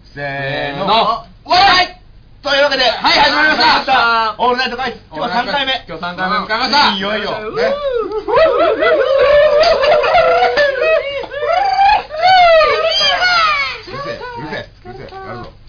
せーの。 わーいというわけで、 はい始まりましたオールナイトカイツ、今日は3回目。 今日3回目迎えました。 いよいよ。ね。 うるせえ、やるぞ。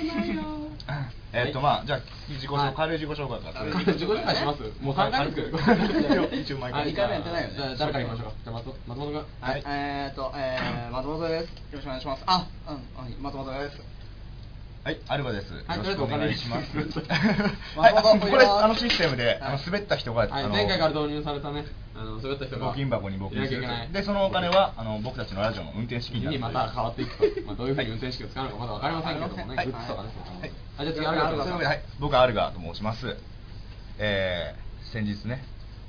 まあ、じゃあ、軽い自己紹介から。 自己紹介します。もう3回目ですけど。 一応毎回。 2回目やってないよね。 じゃあ、誰からいきましょうか。じゃあ、松本君。 はい。松本です。よろしくお願いします。松本です。 はい、アルバです。よはいろしくお願いします。 はいこれシステムで滑った人が前回から導入されたね、滑った人が募金箱に募金する。 いなきゃいけない。 で、そのお金は僕たちのラジオの運転資金にまた変わっていくと。どういうふうに運転資金を使うのかまだ分かりませんけどもね。グッズとかね。じゃあ次アルガということで、 僕はアルガと申します。先日ね、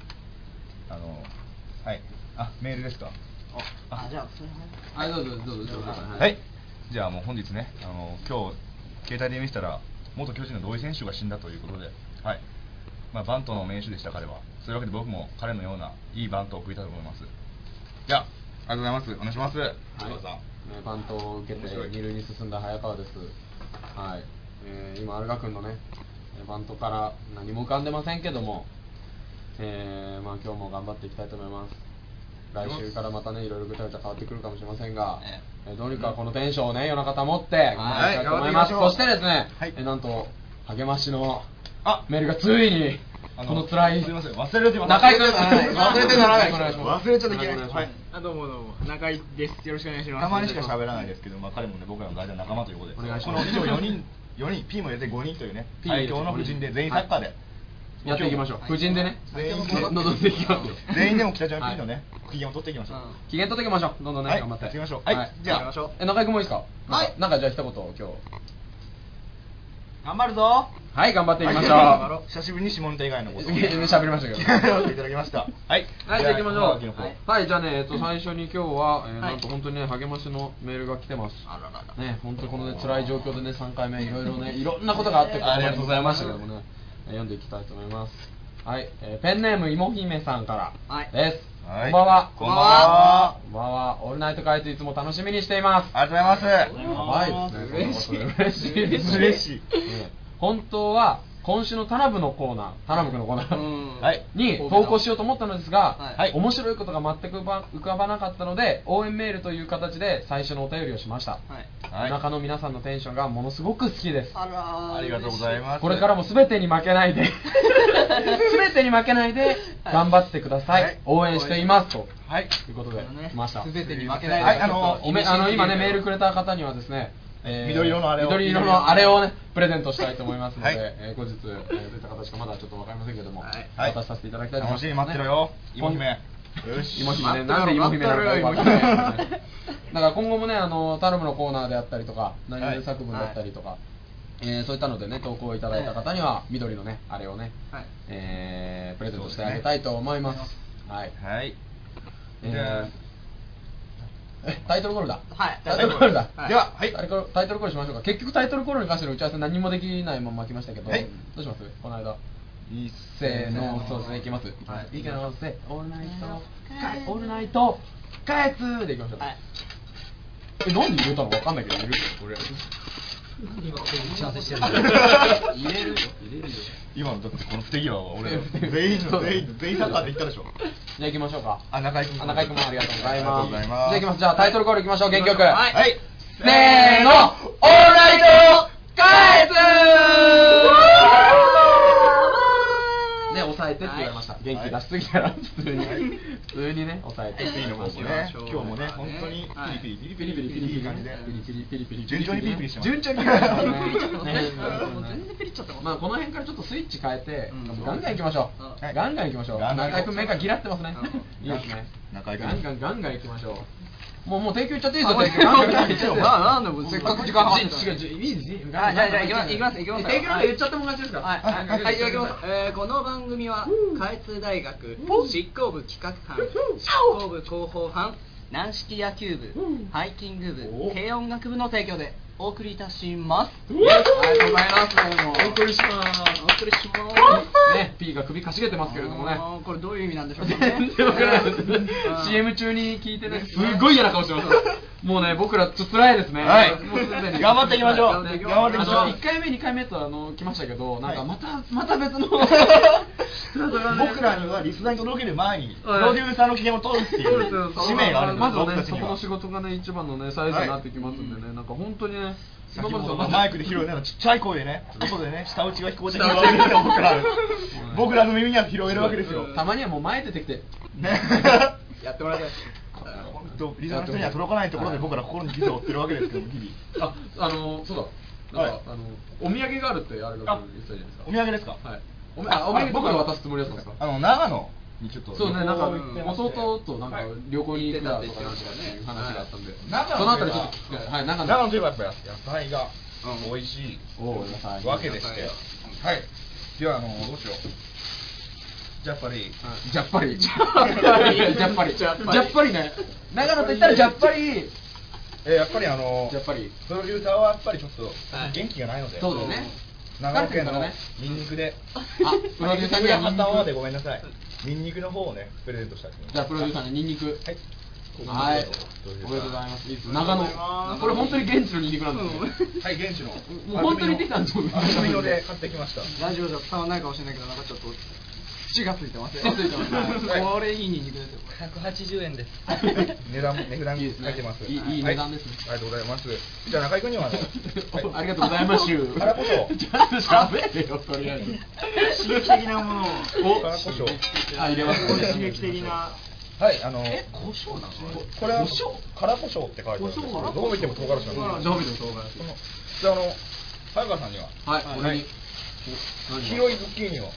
はい、メールですか。 じゃあそれはい、どうぞ。 はい。じゃあもう本日ね、今日携帯で見せたら元巨人の土井選手が死んだということで、はい。まあバントの名手でした彼は。そういうわけで僕も彼のようないいバントを送りたいと思います。じゃあ、ありがとうございます。お願いします。 はい。バントを受けて二塁に進んだ早川です。はい。今アルガ君のねバントから何も浮かんでませんけども、まあ今日も頑張っていきたいと思います。来週からまたねいろいろぐちゃぐちゃ変わってくるかもしれませんが、どうにかこのテンションをね夜中保って頑張っていきたいと思います。そしてですね、なんと励ましのメールがついにこの辛い、 すみません、忘れてます。 中井君、 忘れてならない。 忘れちゃいけない。はい。 どうも中井です。よろしくお願いします。 たまにしか喋らないですけど、まあ彼もね僕らの大事な仲間ということで、 お願いしこのます。 以上4人 P も入れて5人というね最強の布陣で全員サッカーでやっていきましょう。布陣でね。 全員でも北島 P のね機嫌を取っていきましょう。 機嫌取っていきましょう。どんどんね頑張っていきましょう。はい。じゃあ中井君もいいですか。なんかじゃあ一言今日。 頑張るぞ。 はい、頑張っていきましょう。 久しぶりに下ネタ以外のことを喋りましたけど。 やっていただきました。はい。 はい、じゃあ行きましょう。はい、じゃあね、最初に今日はなんと本当にね励ましのメールが来てます。ね、本当にこのね辛い状況でね3回目いろいろねいろんなことがあってありがとうございましたけどもね読んでいきたいと思います。はい、ペンネームいもひめさんからです。こんばんは。 こんばんは。 こんばんは。オールナイトカイツいつも楽しみにしています。 ありがとうございます。 やばいですね。嬉しいです。 嬉しい。 本当は今週の田辺のコーナー、田辺君のコーナーに投稿しようと思ったのですが、面白いことが全く浮かばなかったので応援メールという形で最初のお便りをしました。中の皆さんのテンションがものすごく好きです。 ありがとうございます。 これからも全てに負けないで全てに負けないで頑張ってください。応援していますということで来ました。 全てに負けないで。 今ねメールくれた方にはですね、 緑色のあれをねプレゼントしたいと思いますので、後日どういった形かまだちょっと分かりませんけども渡させていただきたいと思います。 楽しみ待ってろよ芋姫。 よし芋姫ね、なんで芋姫なのかよく分かんないですね。だから今後もねタルムのコーナーであったりとか何々作文だったりとかそういったのでね投稿いただいた方には緑のねあれをねプレゼントしてあげたいと思います。はい。タイトルコールだ。タイトルコールだ。 では、 タイトルコールしましょうか。結局タイトルコールに関しての打ち合わせ何もできないまま来ましたけど、どうします？この間。せーの、そうですね、いきます。いきます。オールナイト、カエツでいきましょう。なんで入れたの分かんないけど入れるよ、これ。 打ち合わせしてるんだよ。入れるよ。 今のだってこの不手際は俺全員サッカーでいったでしょ。 じゃあ行きましょうか。 中井君もありがとうございます。じゃあ行きます。じゃあタイトルコールいきましょう。元気よく。 はい。 せーの、オールナイトカエツね、抑えてって言われました。元気出しすぎたら普通にね抑えて。 いいのもね、今日もね本当にピリピリ感じで順調にピリピリしてます。 順調にピリピリしてますね。全然ピリっちゃってます。まあこの辺からちょっとスイッチ変えてガンガンいきましょう。ガンガンいきましょう。中井君目がギラってますね。いいですね。 中井君ガンガンいきましょう。もう提供いっちゃっていいですよ。提供なんでせっかく時間計ってた。いいです。じゃあ行きます。提供なんて言っちゃってもらっていいですか。はい、行きます。この番組は開通大学執行部企画班、執行部広報班、 軟式野球部、ハイキング部、軽音楽部の提供でお送りいたします。 ありがとうございます。お送りします。ね、P が首かしげてますけれどもね。 これどういう意味なんでしょうかね。 全然わからないです。CM 中に聞いてね、すごい嫌な顔してます。 もうね、僕らちょっと辛いですね。 はいもうすでに頑張っていきましょうね頑張っていきましょう 1回目、2回目と来ましたけど、なんかまた別の僕らにはリスナーに届ける前にプロデューサーの機嫌を取るっていう使命があるんです。 まずはね、そこ僕たちにはの仕事がね、一番のね、最初になってきますんでね、なんか本当にね、 先ほどとのマイクで拾うね、ちっちゃい声でね、外でね、舌打ちが聞こえてくるわけですよ、僕らの耳には拾えるわけですよ。 たまにはもう前出てきて、 ね、 やってもらいたい。 本当リスナーの人には届かないところで僕ら心に傷を負ってるわけですけど、日々。 そうだ、なんかお土産があるってあれが言ってたじゃないですか。 お土産ですか？ はい。お土産僕が渡すつもりだったんですか？ 長野にちょっと。 そうね、なんか弟となんか旅行に行くだとかいう話があったんで、そのあたりちょっと聞きたい。はい、長野といえばやっぱ野菜が美味しいわけでして、はい。ではどうしよう。じゃっぱりね。長野と言ったらじゃっぱり。やっぱりプロデューサーはやっぱりちょっと元気がないので、 そうだよね。 長野県のニンニクで、 プロデューサーにはニンニク買ったままでごめんなさい。ニンニクの方をねプレゼントしたいと思います。 じゃあプロデューサーのニンニク。 はい。 はい。おめでとうございます。いいです。長野。これ本当に現地のニンニクなんですね。 はい、現地の。 もう本当にできたんですよ。 アルミノで買ってきました。 ラジオじゃ伝わらないかもしれないけど、なんかちょっと土がついてますよ。 土ついてますはいこれいいニンニクですよ。 180円です値段書いいですねいてます。 いい値段ですね。 ありがとうございます。じゃあ中井君にはありがとうございます。 辛胡椒。 ちゃんと喋れよ、とりあえず。 刺激的なものを。 辛胡椒。 入れます。 刺激的な。 はい、 胡椒なの？ これは辛胡椒って書いてあるんですけど、どう見ても唐辛子なんです。 どう見ても唐辛子。 じゃあ早川さんにははい。 黄色いズッキーニを。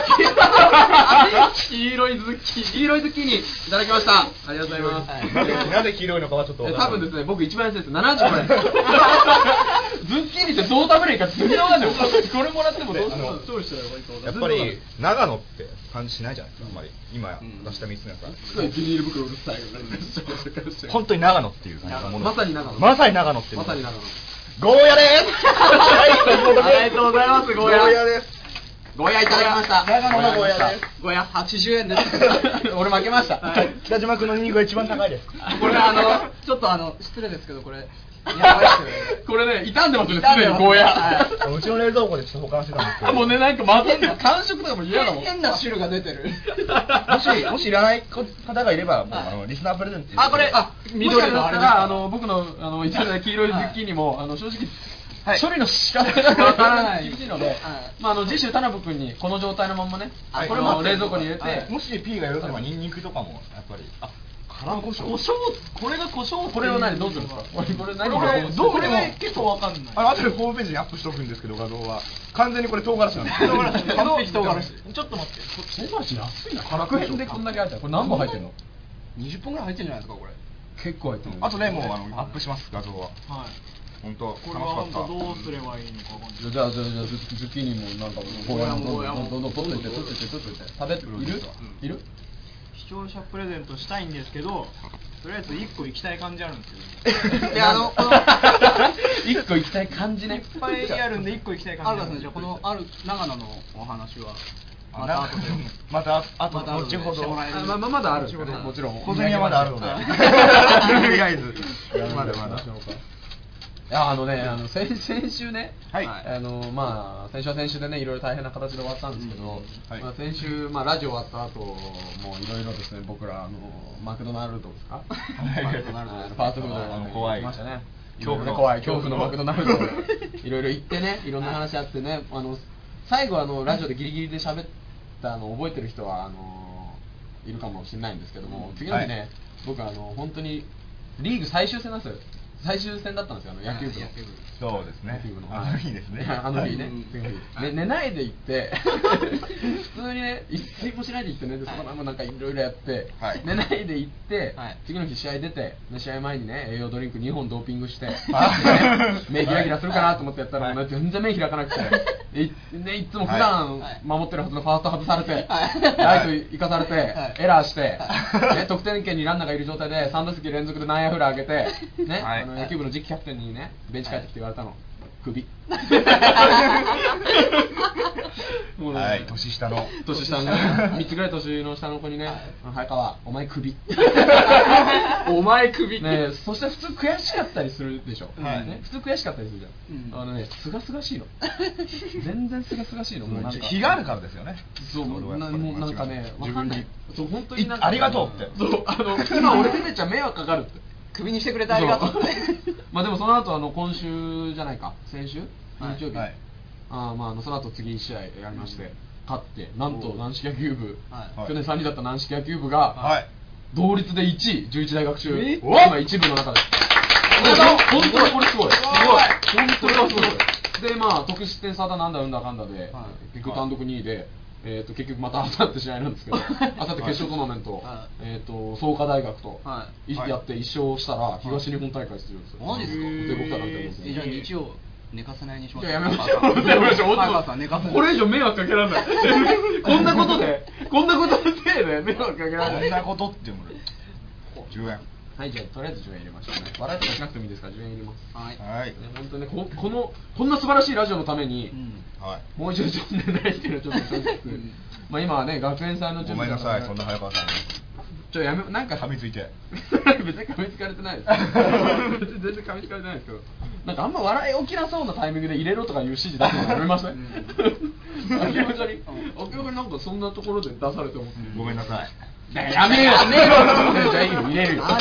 黄色いズッキーニいただきました。ありがとうございます。 なぜ黄色いのかはちょっと多分ですね、僕一番安いです。75円。ズッキーニってどう食べればいいか全然わかんない。これもらってもどう調理したらいいか。 やっぱり長野って感じしないじゃないですか、あんまり今出した3つのやつは。 すごいビニール袋うるさい。 本当に長野っていう感じのもの。 まさに長野。 まさに長野っていう。 まさに長野。 ゴーヤです。 ありがとうございます。 ゴーヤです。 ゴーヤいただきました。 長野のゴーヤです。 ゴーヤ80円です。 俺負けました。 北島君のニンニクが一番高いです。 これちょっと失礼ですけど、これやばいっすよね。 これね、傷んでますね、すでにゴーヤ。 うちの冷蔵庫でちょっと保管してたんですけど。 もうね、なんかまずいんだ。感触とかも嫌だもん。 変な汁が出てる。 もしいらない方がいれば、もうリスナープレゼント。 これ緑のあれだったら、僕のいただいた黄色いズッキーニも、正直、処理の仕方がわからない厳しいので、次週田辺君にこの状態のまんまね、これも冷蔵庫に入れて、 もし P がよければニンニクとかもやっぱり。辛胡椒。 これが胡椒。 これを何どうするんですか？これ何？ これ結構わかんない。 後でホームページにアップしておくんですけど、画像は完全にこれ唐辛子なんです。 完璧唐辛子。ちょっと待って。 唐辛子安いな。100円でこんだけ入ってる。これ何本入ってんの ？20本ぐらい入ってるんじゃないですか、これ。 結構入ってる。 あとね、もうアップします、画像は。 はい。 本当。 これは本当どうすればいいのかわかんない。 じゃあズッキーニもなんかゴーヤもどんどん取っといて食べいる？ 視聴者プレゼントしたいんですけど、とりあえず1個行きたい感じあるんですよ。で 1個行きたい感じね。 いっぱいあるんで1個行きたい感じ。じゃあこの長野のお話はまた後後ほど。 まだある。もちろん。 小銭はまだあるので。とりあえずまだまだ。 先週ね、先週は先週でね、いろいろ大変な形で終わったんですけど、先週、ラジオ終わった後もいろいろですね、僕らマクドナルドですか？ファーストフード怖いましたね。恐怖のマクドナルドいろいろ行ってね、いろんな話あってね、最後ラジオでギリギリで喋ったのを覚えてる人はいるかもしれないんですけども、次の日ね、僕本当にリーグ最終戦なんですよ。最終戦だったんですよ、野球部の。 そうですね。あの日ですね。 あの日ね。寝ないで行って、普通にね、一睡もしないで行ってね、そのままなんかいろいろやって、寝ないで行って、次の日試合出て、試合前にね、栄養ドリンク2本ドーピングして、目ギラギラするかなと思ってやったら、全然目開かなくて、いつも普段守ってるはずのファースト外されて、ライト行かされて、エラーして、得点圏にランナーがいる状態で3打席連続で内野フラー上げて、野球部の次期キャプテンにね、ベンチ帰ってきて言われたの。 クビもうねはい、年下の 3つぐらい年の下の子にね、早川お前クビお前クビね、そして普通悔しかったりするでしょ、 はいね、普通悔しかったりするじゃん、すがすがしいの全然すがすがしいの、もうなんか日があるからですよね。 そう、もうなんかね、わかんない、そう本当になんか、 ありがとうって、 そう今俺出てちゃ迷惑かかるって、 クビにしてくれてありがとうってまあでもその後今週じゃないか、先週日曜日、 はい、 まあその後次1試合やりまして、勝ってなんと軟式野球部、 はい去年3位だった軟式野球部が、 はい、 同率で1位、11大学中、 お今一部の中で。本当にこれすごい。本当にすごい。で、まあ、得失点差だなんだうんだかんだで、結局単独2位で、結局また明後日試合なんですけど、明後日決勝トーナメント、創価大学とやって1勝したら、東日本大会出場ですよ。 マジですか？ 全国大会みたいなもんです。 じゃあ日曜寝かせないにします。 やめましょう。やめましょう。 早川さん寝かせない。 これ以上迷惑かけられない。こんなことでせいで迷惑かけられない。 こんなことっても10円。 はい、じゃあとりあえず10円入れましょうね。笑いとかしなくてもいいですから10円入れます。 はい。 本当にね、こんな素晴らしいラジオのために、もう一度ちょっと寝ないっていうのをちょっと正直まあ今はね、学園祭の準備。 ごめんなさい、そんな早川さん。 なんか噛みついて別に噛みつかれてないです別に全然噛みつかれてないですけど、なんかあんま笑い起きなそうなタイミングで入れろとかいう指示出すのやめません明らかになんかそんなところで出されてもごめんなさい。 やめよじゃあいいよ、入れるよ。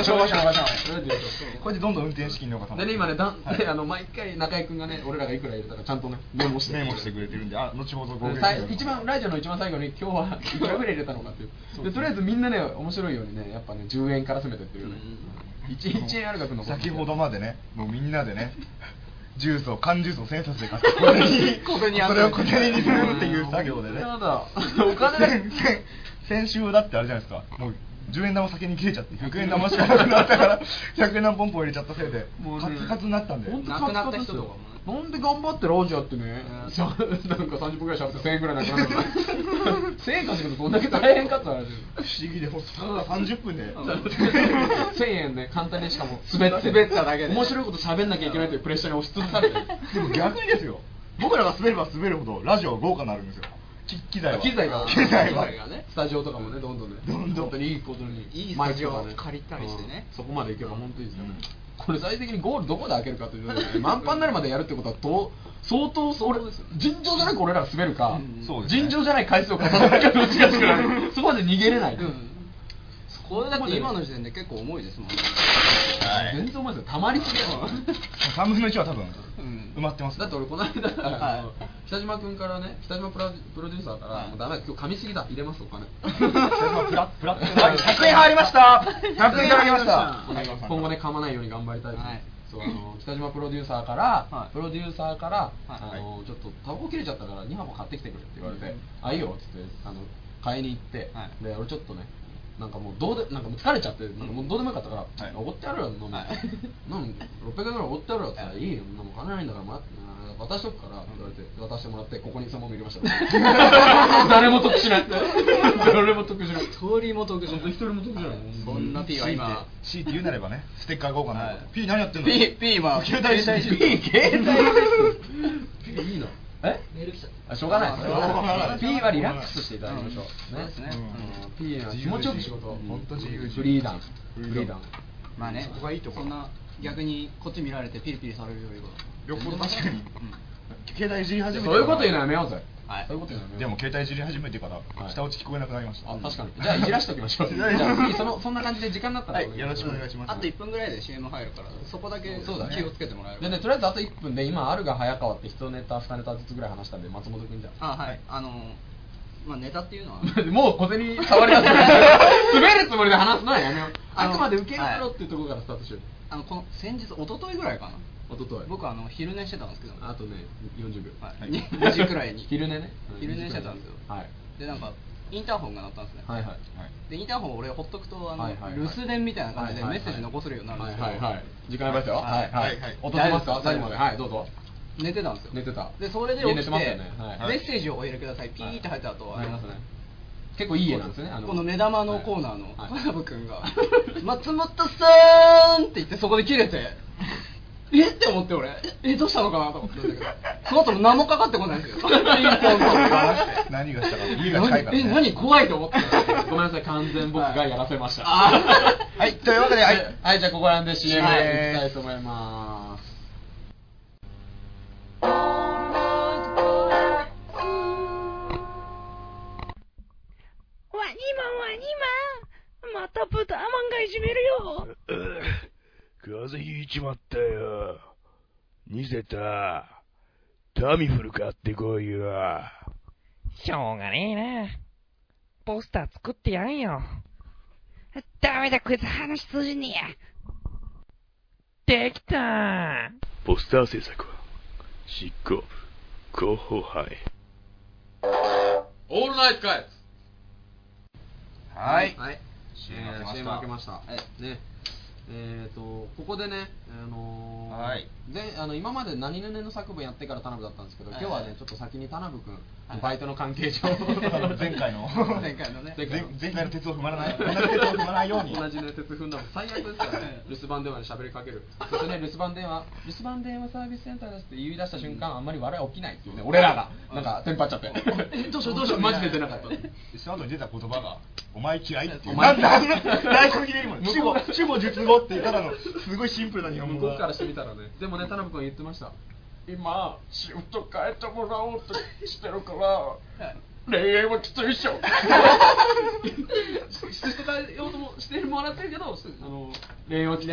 これでどんどん運転資金の方でね、今ね、毎回中居君がね、俺らがいくら入れたかちゃんとね、メモしてくれてるんで、後ほど一番ラジオの一番最後に今日はいくらぐらい入れたのかっていうで、とりあえずみんなね、面白いようにね、やっぱね、10円から攻めてってるよね。1円ある額の先ほどまでね、もうみんなでね、缶ジュースを1000冊で買ってそれを小銭にするっていう作業でね。 お金先週だってあれじゃないですか、もう10円玉先に切れちゃって100円玉しかなくなったから100円玉ポンポン入れちゃったせいでカツカツになったんで、 亡くなった人とかもなんで頑張ってラジオやってね、なんか30分ぐらいしゃべって1000円ぐらいなくなった1000円稼ぐとどんだけ大変かって話。 不思議で、ただ30分で 1000円ね、簡単にしかも滑っただけで面白いこと喋んなきゃいけないというプレッシャーに押しつぶされてる。 でも逆にですよ、僕らが滑れば滑るほどラジオは豪華になるんですよ。機材がね、スタジオとかもね、どんどん本当にいいことにいいスタジオを借りたりしてね、 そこまでいけば本当にいいですよね。これ最終的にゴールどこで開けるかというと、満帆になるまでやるってことは相当尋常じゃなく俺らが滑るか、尋常じゃない回数を重ねるかどっちかしかないそこまで逃げれない。 これだって今の時点で結構重いですもんね。 全然重いですよ、たまりすぎやろ。 3分の1は多分埋まってます。 だって俺この間北島君からね、北島プロデューサーからもうダメだ、今日噛みすぎだ、入れますお金 100円入りました、100円いただきました。 今後ね、噛まないように頑張りたいです。北島プロデューサーからちょっとタバコ切れちゃったから2箱買ってきてくれって言われて、あ、いいよっつって買いに行って、で俺ちょっとね、なんかもうなんかもう疲れちゃって、なんかもうどうでもよかったからおごってやるよ、600円ぐらいおごってやるよって言ったら、いいよ、もう金ないんだから渡しとくからって言われて、渡してもらって、ここにそのまま入れました誰も得しない、誰も得しない、 一人も得しない、 一人も得しない。 そんな P は今強いて言うなればね、ステッカー豪華な P 何やってんの。 P は携帯携帯 P いいのメール来ちゃった。しょうがないです。P はリラックスしていただきましょう。そうですね。P は気持ちよく仕事を。 本当自由。 フリーダン。 まあね、そこがいいところ。そんな逆にこっち見られてピリピリされるよりは。 よっぽど確かに。携帯いじり始めて。 そういうこと言うのやめようぜ。 そういうことでも携帯いじり始めてから下打ち聞こえなくなりました。 確かに。じゃあいじらしておきましょう。じゃあそんな感じで時間になったらよろしくお願いします。 あと1分ぐらいで CM 入るから、そこだけ気をつけてもらえる。 でね、とりあえずあと1分で今あるが早川って1ネタ2ネタずつぐらい話したんで、松本君じゃん。 はい。まあネタっていうのはもう小銭触りだす滑るつもりで話すのはやめよう。あくまで受け入れろっていうところからスタートしよう。 この先日、一昨日ぐらいかな、僕昼寝してたんですけど、 あとね40秒、 2時くらいに昼寝してたんですよ。でなんかインターホンが鳴ったんですね。でインターホンを俺ほっとくと留守電みたいな感じでメッセージ残せるようになるんですけど、 時間ありますよ。落とせますか、最後まで。はい、どうぞ。 寝てたんですよ。 寝てた。 でそれで起きてメッッセージをお入れください、ピーって入った後ありますね。 結構いい家なんですね。 この目玉のコーナーの小籔君が松本さーんって言ってそこで切れて、 って思って俺どうしたのかなと思ってたんだけど、その後も何もかかってこないんですよ。ピンポンと言わなくて何がしたか家が近いからね。 何怖いと思ってごめんなさい、完全僕がやらせました。 はい、というわけで、はい、 じゃあここら辺で CM いきたいと思います。 また豚マンがいじめるよ。 風邪ひいちまったよ。ニセタ、タミフル買ってこいよ。 しょうがねえな。ポスター作ってやんよ。ダメだ、こいつ話通じねえや。できた。 ポスター制作は執行部広報班へ。 オールナイトカイツ。 はい、 CM 開けました。ね。ここでね、今まで何々の作文やってから田辺だったんですけど、今日はねちょっと先に田辺君、バイトの関係上前回の鉄を踏まないように同じね鉄踏んだも最悪ですからね。留守番電話に喋りかける。そしてね留守番電話サービスセンターですって言い出した瞬間、あんまり笑い起きないっていうね、俺らがなんかテンパっちゃってどうしようマジで出なかった。 その後に出た言葉がお前嫌いっていう。なんだ最初に入れるもん。主語述語っていうただのすごいシンプルな日本語。 向こうからしてみたらね。でもね田辺君は言ってました。今シフト変えてもらおうとしてるから恋愛はきついっしょ。シフト変えようともしてもらってるけど恋愛はきつい。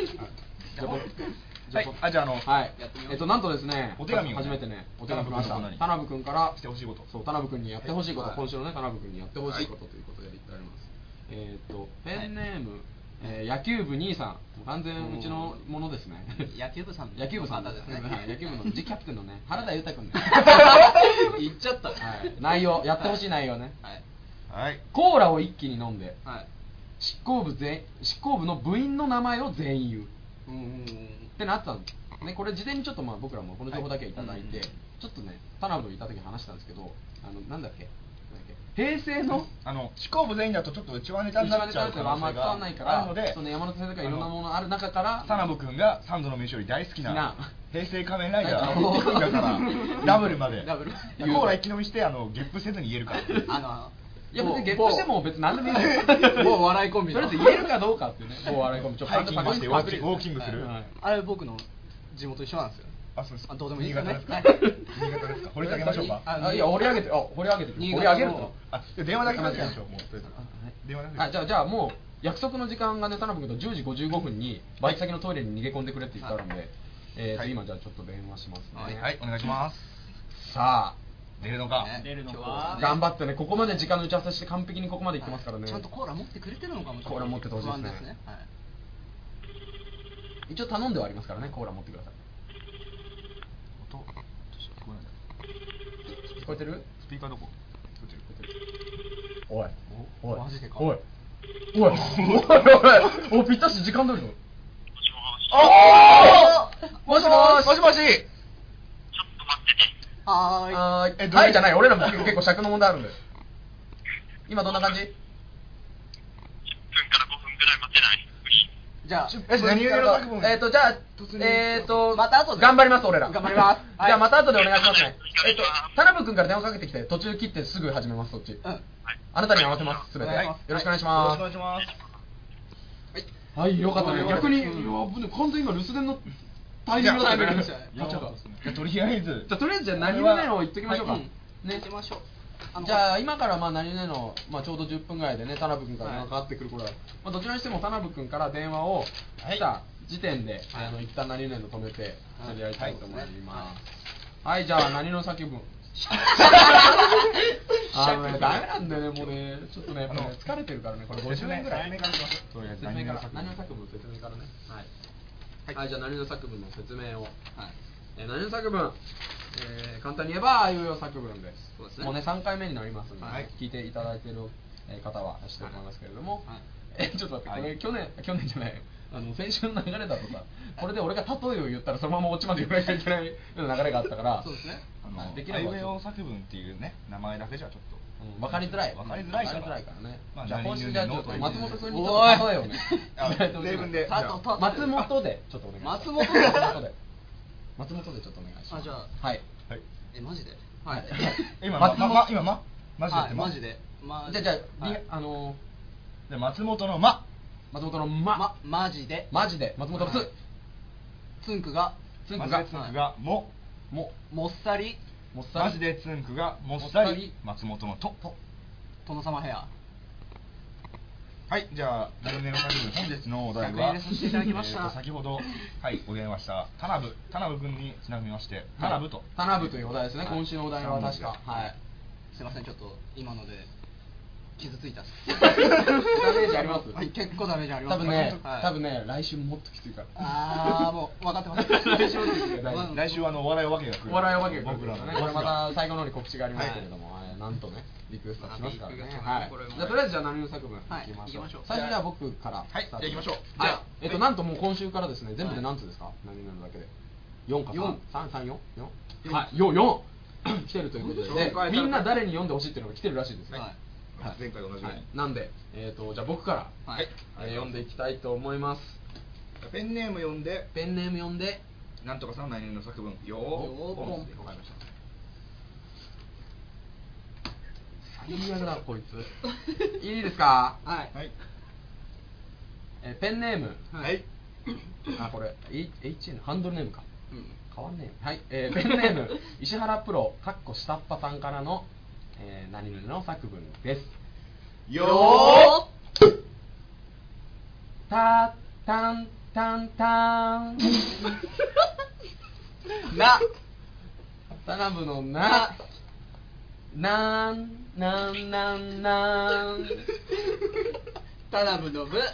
じゃあなんとですね、 お手紙を初めてねお手紙来ました。田辺君からしてほしいこと。そう、田辺君にやってほしいこと、今週のね田辺君にやってほしいことということで言ってあります。ペンネーム野球部兄さん、完全うちのものですね。 野球部さんですね。野球部の次キャプテンのね原田裕太君ね。 言っちゃった。 内容やってほしい内容ね。 はい。 コーラを一気に飲んで執行部の部員の名前を全員言うってなったんですね。これ事前にちょっと僕らもこの情報だけいただいて、ちょっとね田辺といた時話したんですけど、なんだっけ平成の執行部全員だとちょっと内輪ネタになっちゃう可能性があるので、 その山手線とかいろんなものある中から田辺君が三度の飯より大好きな平成仮面ライダーだからダブルまでコーラ一気飲みしてゲップせずに言えるから。 いや別にゲップしても別に何でもいい。 もう笑いコンビ。 とりあえず言えるかどうかっていうね。もう笑いコンビ。 ハイキングしてウォーキングする。 あれ僕の地元一緒なんですよ。 そうです。 どうでもいいですね。 新潟ですか。掘り下げましょうか。 いや掘り上げて掘り上げると。 電話だけまずやりましょう。もう電話だけ。 じゃあもう約束の時間がね田辺君と10時55分にバイト先のトイレに逃げ込んでくれって言ってあるんで、今じゃあちょっと電話しますね。 はい、お願いします。 さあ出るのか頑張ってね。ここまで時間の打ち合わせして完璧にここまで行ってますからね。 ちゃんとコーラ持ってくれてるのかも。 コーラ持っててほしいですね。一応頼んではありますからね。コーラ持ってください。聞こえてる？ スピーカーどこ？ おいマジでか。 おいぴったし時間通りの。もしもし。はいじゃない。俺らも結構尺の問題あるんで。今どんな感じ？10分から5分ぐらい待てない？ じゃあ何言うの作文？ じゃあまた後で頑張ります俺ら。 頑張ります。 じゃあまた後でお願いしますね。田辺君から電話かけてきて途中切ってすぐ始めます。そっち。あなたに合わせます。すべて。よろしくお願いします。はい、よかったね。逆に完全に今留守電のタイミングだったね。 とりあえずじゃあ何々を言っときましょうか。 ね。行きましょう。 じゃあ今から何々のちょうど10分ぐらいでね田辺君から電話かかってくる頃はどちらにしても田辺君から電話を来た時点で一旦何々の止めてそれやりたいと思います。はい、じゃあ何の叫ぶダメなんだよねもうねちょっとね疲れてるからねこれ50年ぐらい説明から何の作文の説明からねはいじゃあ何の作文の説明を何の作文簡単に言えばあいうえお作文です。もうね3回目になりますので聞いていただいている方は知ってると思いますけれども、ちょっと待ってこれ去年じゃない先週の流れだとさこれで俺が例えを言ったらそのままオチまで言わなきゃいけないような流れがあったからそうですね。 できればあいうえお作文っていうね名前だけじゃちょっと分かりづらいからね。 まあ、 じゃあ今週じゃあちょっと松本君にちょおいっと例えをね例文で松本でちょっとお願いします。 松本でちょっとお願いします。 あ、じゃあはい。 マジではい今松本マジでってマジでじゃあで松本のママジで松本のつつんくがもっさりマジでつんくがもっさり松本のと殿様ヘア。 はい、じゃあ来年の作品本日のお題 100円は入れさせていただきました先ほどお電話した田辺君にちなみまして田辺というお題ですね。今週のお題は確かすいません、ちょっと今ので傷ついたっす。 ダメージあります。 結構ダメージあります。 多分ね来週もっときついから。 ああ、もう分かってます。 来週はお笑いお化けが来る。 お笑いお化けが来る。 僕らのこれまた最後の方に告知がありますけれども、なんとねリクエストしますからね。はい。じゃあとりあえず何の作文いきましょう。最初には僕からはい、じゃあ行きましょう。 じゃあなんともう今週からですね全部で何つですか？何々だけで4か3？4？はい、4来てるということで、みんな誰に読んでほしいっていうのが来てるらしいですね。 前回と同じように。 なんでじゃあ僕から読んでいきたいと思います。 ペンネーム読んでなんとかさん来年の作文よーポンでわかりました。 最悪だこいつ。いいですか？ はい。 ペンネームこれ HN ハンドルネームか。変わんねえ。はい。ペンネーム石原プロ下っ端さんからの何々の作文です。 よーたたんな田辺のななん田辺のぶ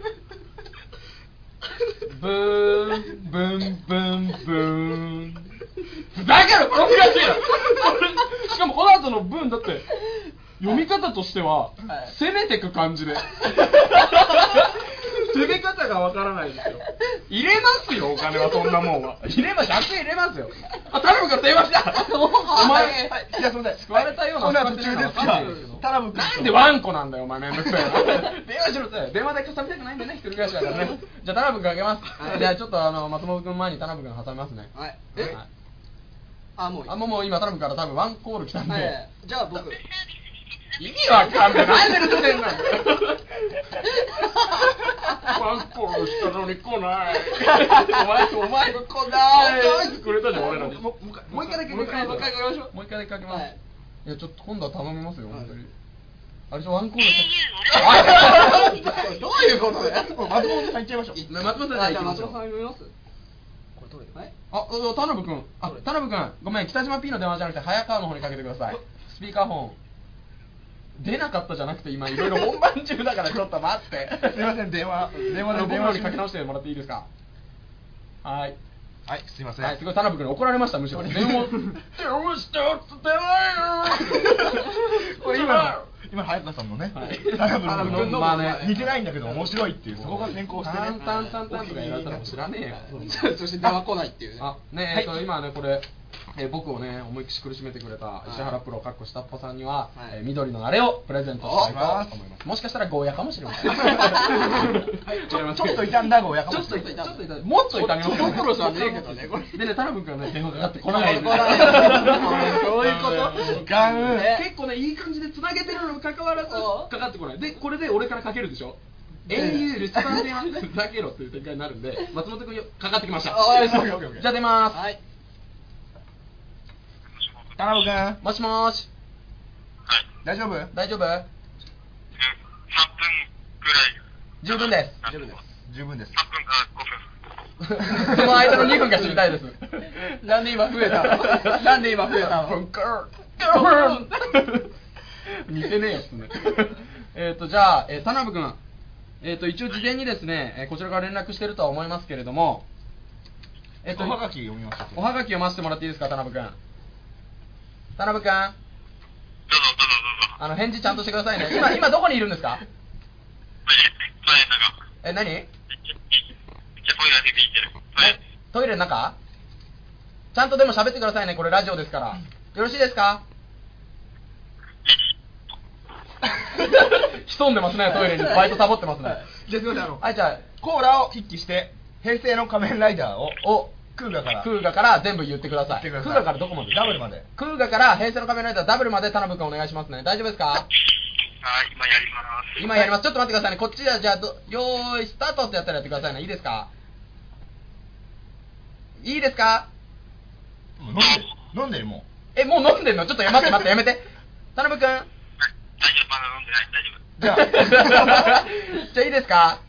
ブーンブンブンブーンふざけろこの悔しいしかもこの後のブーンだって読み方としては攻めてく感じで攻め方がわからないですよ。入れますよお金はそんなもんは100円入れますよ。あ、田辺君電話した。お前いやすみません救われたような途中ですか。田辺君なんでワンコなんだよお前めんどくさい電話しろって電話で挟みたくないんだよね一人暮らしだからね。じゃあ田辺君あげます。じゃあちょっと松本君前に田辺君挟みますね。 はい。 もう今田辺から多分ワンコール来たんで。 じゃあ僕意味わかんない。何で留守電なんだよ。ワンコールしたのに来ない。お前が来ない。くれたじゃん俺らに。もう一回だけかけましょう。もう一回だけかけます。いやちょっと今度は頼みますよ本当に。あれワンコールした。 どういうことだよ。 松本さん行っちゃいましょう。 松本さん行きましょう。 松本さん読みます。これどれ？はい。 田辺君。田辺君ごめん北島 P の電話じゃなくて早川の方にかけてください。スピーカーフォン。出なかったじゃなくて今いろいろ本番中だからちょっと待ってすいません電話にかけ直してもらっていいですか。はいすいません。 はいすごい田辺君に怒られましたむしろ電話したって出ないよこれ今早川さんのね田辺君の似てないんだけど面白いっていうそこが先行してねタンとかやられたら知らねえよ。 そして電話来ないっていうね。今ねこれ僕をね思いっきし苦しめてくれた石原プロ下っ端さんには緑のあれをプレゼントしたいと思います。もしかしたらゴーヤかもしれません。 ちょっと傷んだゴーヤかもしれない。 もっと傷みますよ。 心さんねえけどね。 でね田辺君がね電話かかってこない。 そういうこと。 結構ねいい感じで繋げてるのに関わらずかかってこない。でこれで俺からかけるでしょ。au 留守番電話ふざけろっていう展開になるんで松本君かかってきました。じゃあ出ます。 田辺君もしもーし。 大丈夫？ 3分くらい十分です。 十分です。 3分から5分その間の2分が知りたいです。 なんで今増えたの似てねえやつね。じゃあ田辺君一応事前にですねこちらから連絡してるとは思いますけれどもおはがき読みましょう。 おはがき読ませてもらっていいですか田辺君。田辺君返事ちゃんとしてくださいね。今どこにいるんですか？何？トイレの中？ちゃんとでも喋ってくださいね。これラジオですから。よろしいですか？ 潜んでますね、トイレに。バイトサボってますね。 じゃあすみません、 はい、じゃあ、 コーラを一気して、平成の仮面ライダーを、クーガから全部言ってください。クーガからどこまで？ ダブルまで。 クーガから平成の仮面ライダーダブルまで、田辺君お願いしますね。大丈夫ですか？ はい、 今やります。ちょっと待ってくださいね。こっちでじゃあ、よーい、スタートってやったらやってくださいね。いいですか？いいですか？ 飲んでるもう。もう飲んでんの？ちょっと待って、やめて。田辺君。 大丈夫、まだ飲んでない、大丈夫。 じゃあいいですか？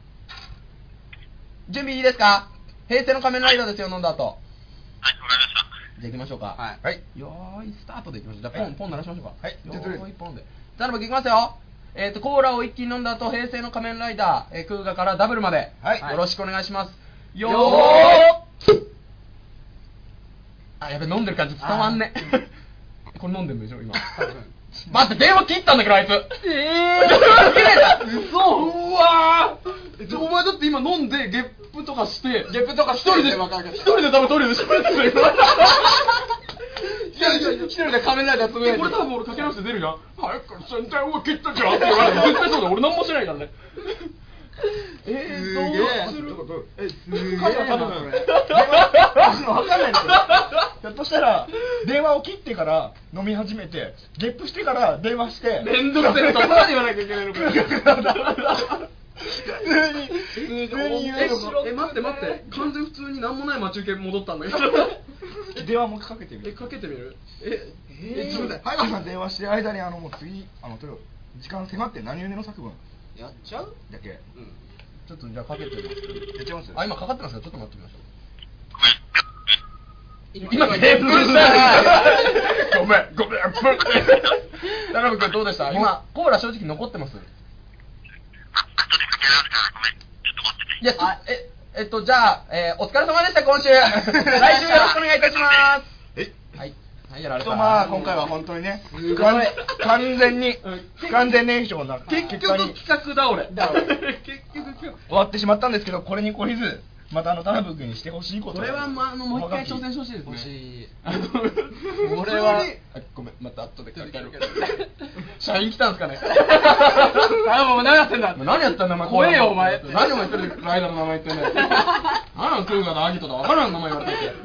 準備いいですか？平成の仮面ライダーですよ、飲んだ後。 はい、わかりました。 じゃあ行きましょうか。 はい。 よーい、スタートで行きましょう。じゃあポン鳴らしましょうか。 はい。 よーい、ポンで。田辺君行きますよ。コーラを一気に飲んだ後、平成の仮面ライダー、クーガからダブルまで。 はい。 よろしくお願いします。よーあ、やべ、飲んでる感じ伝わんね。これ飲んでるんでしょ、今。待って、電話切ったんだけど、あいつ。嘘。うわー。お前だって今飲んで、ゲップとかして、一人で多分トイレで喋ってるよ。一人で仮面ライダーつぶやいて。これ多分俺かけ直して出るじゃん。早く先端を切ったじゃんって言われて。絶対そうだ、俺何もしないからね。どうする？ すげえな、これ。わかんないですよ。ひょっとしたら、電話を切ってから飲み始めて、ゲップしてから電話して、 めんどくせえとこまで言わなきゃいけないのか。普通に言うのか。待って、完全普通に何もない待ち受け戻ったんだけど。 電話もかけてみる。 かけてみる？ すみません、早川さん電話してる間にもう次時間迫って何々の作文やっちゃうだけ。 ちょっとじゃあかけてみます。 やっちゃいます？ 今かかってますよ。ちょっと待ってみましょう。 今ゲップしたごめん田辺君どうでした？今コーラ正直残ってます？ 後でかけられるからごめん、ちょっと待ってて。 いや、じゃあ、お疲れ様でした、今週。来週よろしくお願いいたします。はい、やられた。 まあ今回は本当にね、完全に不完全燃焼な結局企画倒れ。 終わってしまったんですけど、これに懲りず、また田辺君にしてほしいこと。 これはもう一回挑戦してほしいですね。 欲しい。 これはごめん、また後でかける。社員来たんすかね。 もう何やってんだ。 何やったんだお前。 怖えよお前。 何お前一人でライダーの名前言ってんだよ。何のクーガーだアギトだ分からん名前言われてて。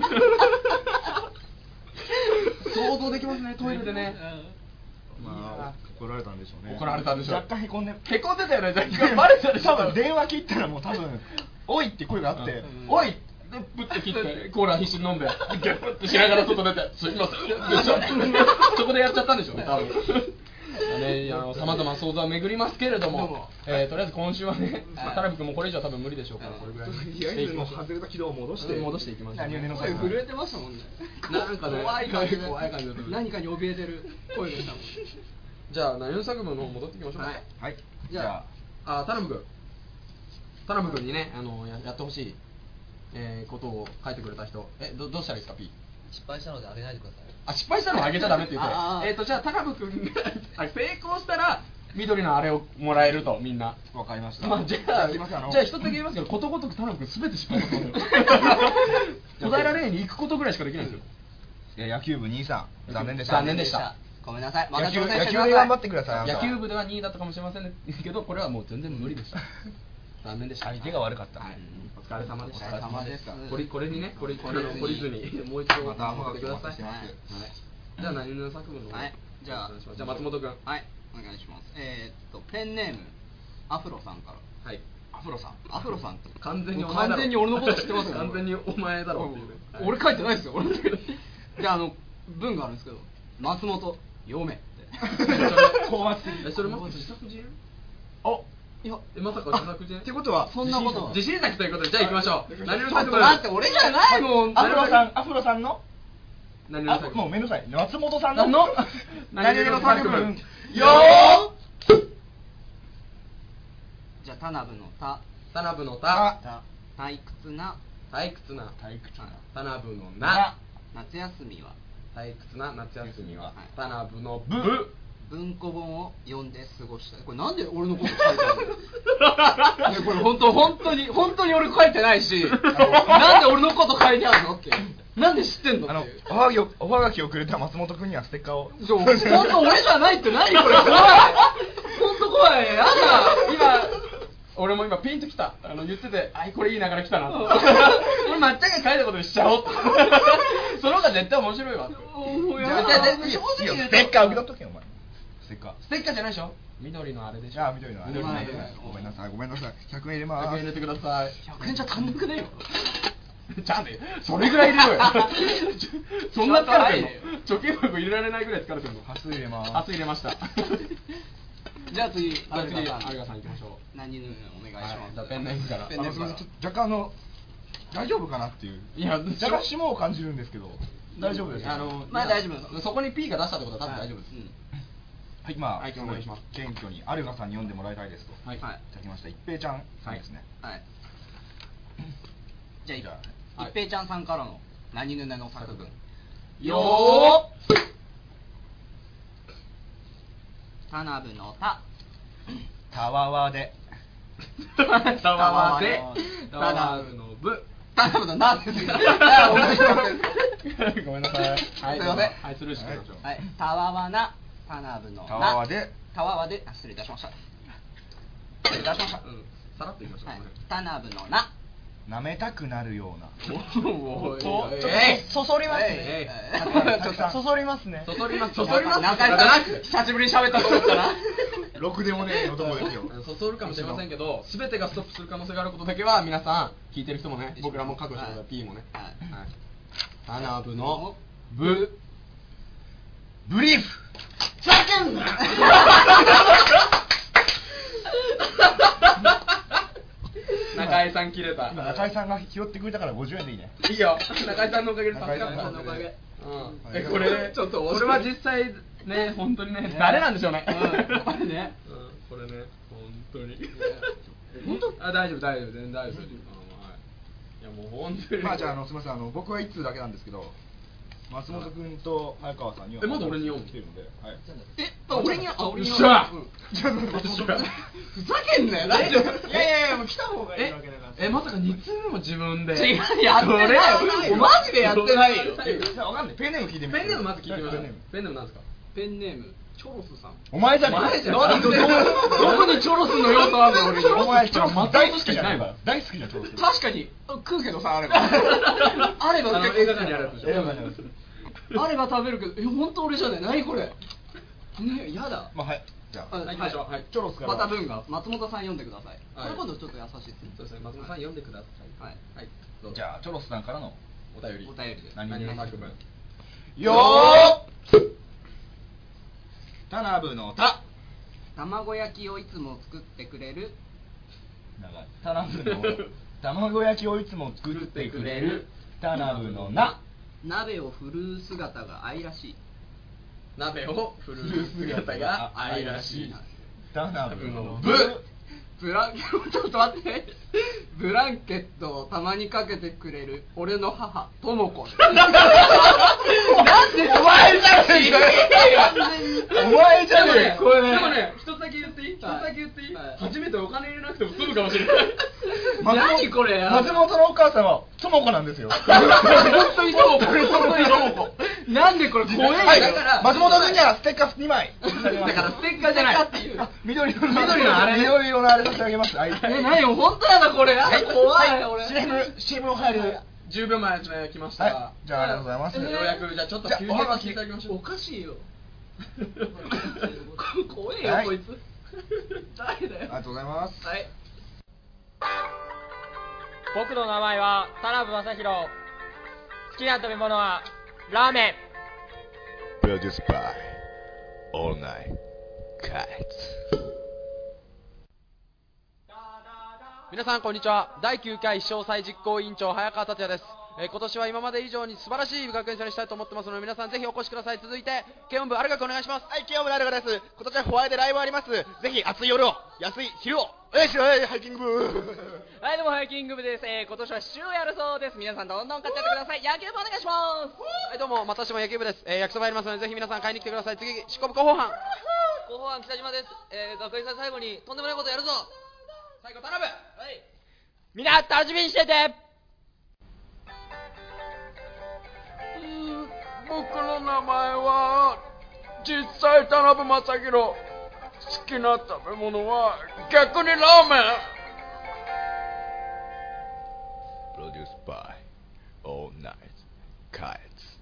想像できますね、トイレでね。 まあ怒られたんでしょうね。 怒られたんでしょう。 若干へこんでたよね。バレたでしょ。 多分電話切ったらもう多分おいって声があっておいでプッて切ってコーラ必死に飲んでギャップってしながら外出てすいませんそこでやっちゃったんでしょうね多分さまざま想像は巡りますけれどもとりあえず今週はね田辺君もこれ以上は多分無理でしょうからこれぐらいもう外れた軌道を戻していきましょう。 震えてましたもんね。 なんかね怖い感じで何かに怯えてる声でしたもん。 じゃあ何の作文の方戻ってきましょうか。 はい。 じゃあ田辺君にねやってほしいことを書いてくれた人どうしたらいいですか P。 失敗したのであげないでください。 失敗したのあげちゃダメって言ってじゃあ田辺君が成功したら緑のあれをもらえるとみんな。 わかりました。 じゃあ一つだけ言いますけどことごとく田辺君すべて失敗したんですよ。小平レーンに行くことぐらいしかできないんですよ。 野球部2位さん残念でした。 ごめんなさい。 野球で頑張ってください。 野球部では2位だったかもしれませんけどこれはもう全然無理でした。残念でした。 相手が悪かった。 お疲れ様でした。 お疲れ様です。 これにね、懲りずにもう一度また送ってください。じゃあ何の作文の。 はい。じゃあ松本君。 はい。お願いします。ペンネームアフロさんから。 はい。 アフロさんって完全に俺のこと知ってますよ。完全にお前だろ。俺書いてないですよ。俺だけど。 で文があるんですけど、松本読めって。 高圧的。それも自作自演？いやまさか自作自演？ってことはそんなこと自信作ということでじゃあ行きましょう。 何の作文？待って俺じゃないもん。 アフロさんの何の作文？ もうめんどくさい。松本さんの何の作文？よー。 じゃあ田辺の田。 退屈な田辺のな。 夏休みは退屈な夏休みは田辺のぶ。 文庫本を読んで過ごした。これなんで俺のこと書いてあるの？これ本当に俺書いてないし、なんで俺のこと書いてあるのって。 なんで知ってんのっていう。 おはがきをくれた松本くんにはステッカーを。 本当俺じゃないって何これ怖い。本当怖い。やだ。 俺も今ピンときた。言ってて、これいい流れ来たな。俺まっちゃんが書いたことにしちゃおう。その方が絶対面白いわ。 じゃあステッカー受け取っとけよお前。ステッカーじゃないでしょ。緑のあれでしょ。 緑のあれ。ごめんなさい。100円入れます。 100円入れてください。 100円じゃ足んなくねえよ。 ちゃんとそれぐらい入れろよ。そんな疲れてんの？貯金箱入れられないぐらい疲れてんの？ 端数入れます。 端数入れました。 じゃあ次、 アルガさん行きましょう。 何ぬお願いします。 じゃあペンネームから。 若干大丈夫かなっていう。いや、若干霜を感じるんですけど、大丈夫です。 まあ大丈夫。 そこに P が出したってことは多分大丈夫です。 はい、まあ、お願いします。謙虚にアルガさんに読んでもらいたいですと。はい。いただきました。一平ちゃんさんですね。 はい。じゃあ一平ちゃんさんからの何ぬねの作文。 よー。 タナブのタ。 たわわで。 たわわで。タナブのブ。 タナブのナです。 ごめんなさい。 すいません。はい、 スルーしてください。 はい、たわわな。タナブのたわわで。 たわわで。失礼いたしました。失礼いたしました。 さらっと言いましょう。 タナブのな。 舐めたくなるような。 ちょっとそそりますね。 そそりますね。 そそります。中井さん、久しぶりに喋ったと思ったら。 ろくでもねえ男ですよ。 そそるかもしれませんけど、すべてがストップする可能性があることだけは皆さん聞いてる人もね、僕らも覚悟してください。P もね。タナブのブリーフ。 ふざけんな。 中井さん切れた。 中井さんが拾ってくれたから50円でいいね。 いいよ。中井さんのおかげで助かった。これちょっと俺は実際ね、本当にね、誰なんでしょうね。これね、本当に。本当？大丈夫、全然大丈夫。いやもう本当に。 まあじゃあすみません、僕は1通だけなんですけど、松本君と早川さんにはまだ俺に4 来てるので、 俺に俺によっしゃ。 ふざけんなよ。 いやもう来た方がいいわけだから。まさか2通目も自分で。 違う、やってないよ。マジでやってないよ。 わかんない。ペンネーム聞いてみて。 ペンネームまず聞いてみましょう。ペンネームなんですか？ ペンネームチョロスさん。 お前じゃねえ。どこにチョロスの要素あるの？俺に。 お前チョロス大好きじゃないわ。大好きじゃんチョロス。 確かに食うけどさ、あれば映画館にあるやつでしょ。 あれば食べるけど、本当俺じゃない。何これ。ね、やだ。 まあはい。じゃあ行きましょう。はい。 チョロスから。 また文が松本さん読んでください。これ今度ちょっと優しいですね。 そうですね。松本さん読んでください。はい。 じゃあチョロスさんからのお便りです。 何の作文？ よー。 タナブのタ。 卵焼きをいつも作ってくれる。 タナブの卵焼きをいつも作ってくれる。タナブのナ。 鍋を振るう姿が愛らしい。 鍋を振るう姿が愛らしい。 タナブのブ。 ちょっと待って。ブランケットをたまにかけてくれる俺の母ともこ。なんでお前じゃねえか。お前じゃねえ。 これね。でもね、一つだけ言っていい？初めてお金入れなくても済むかもしれない。 何これ。 松本のお母さんはともこなんですよ。 本当にともこ。なんでこれ怖い。 だから松本君にはステッカー2枚。 だからステッカーじゃない。 緑色のあれ差し上げます。 何よ、本当やだこれ。怖い俺。 CM 入る。 10秒前ですね、来ました。 じゃあありがとうございます。 ようやくじゃあちょっと急に聞いていただきましょう。 おかしいよ。怖いよこいつ。誰だよ。 ありがとうございます。 はい。 僕の名前は田辺正宏。好きな食べ物はラーメン。 プロデュースバイオールナイトカッツ。 皆さんこんにちは。第9回詳細実行委員長早川達也です。今年は今まで以上に素晴らしい学園祭にしたいと思ってますので、皆さんぜひお越しください。続いて軽音部アルガ君お願いします。 はい、軽音部アルガです。今年はホワイトライブあります。ぜひ暑い夜を安い昼をお願いします。ハイキング部。 はい、どうもハイキング部です。今年は週やるそうです。皆さんどんどん買っちゃってください。野球部お願いします。 はい、どうも私も野球部です。焼きそばやりますのでぜひ皆さん買いに来てください。次四国部広報班。 広報班北島です。学園祭最後にとんでもないことやるぞ。 最後田辺。はい。 みんな楽しみにしてて。 の名前は実際田辺正宏。好きな食べ物は逆にラーメン。 プロデュースバイオールナイトカイツ。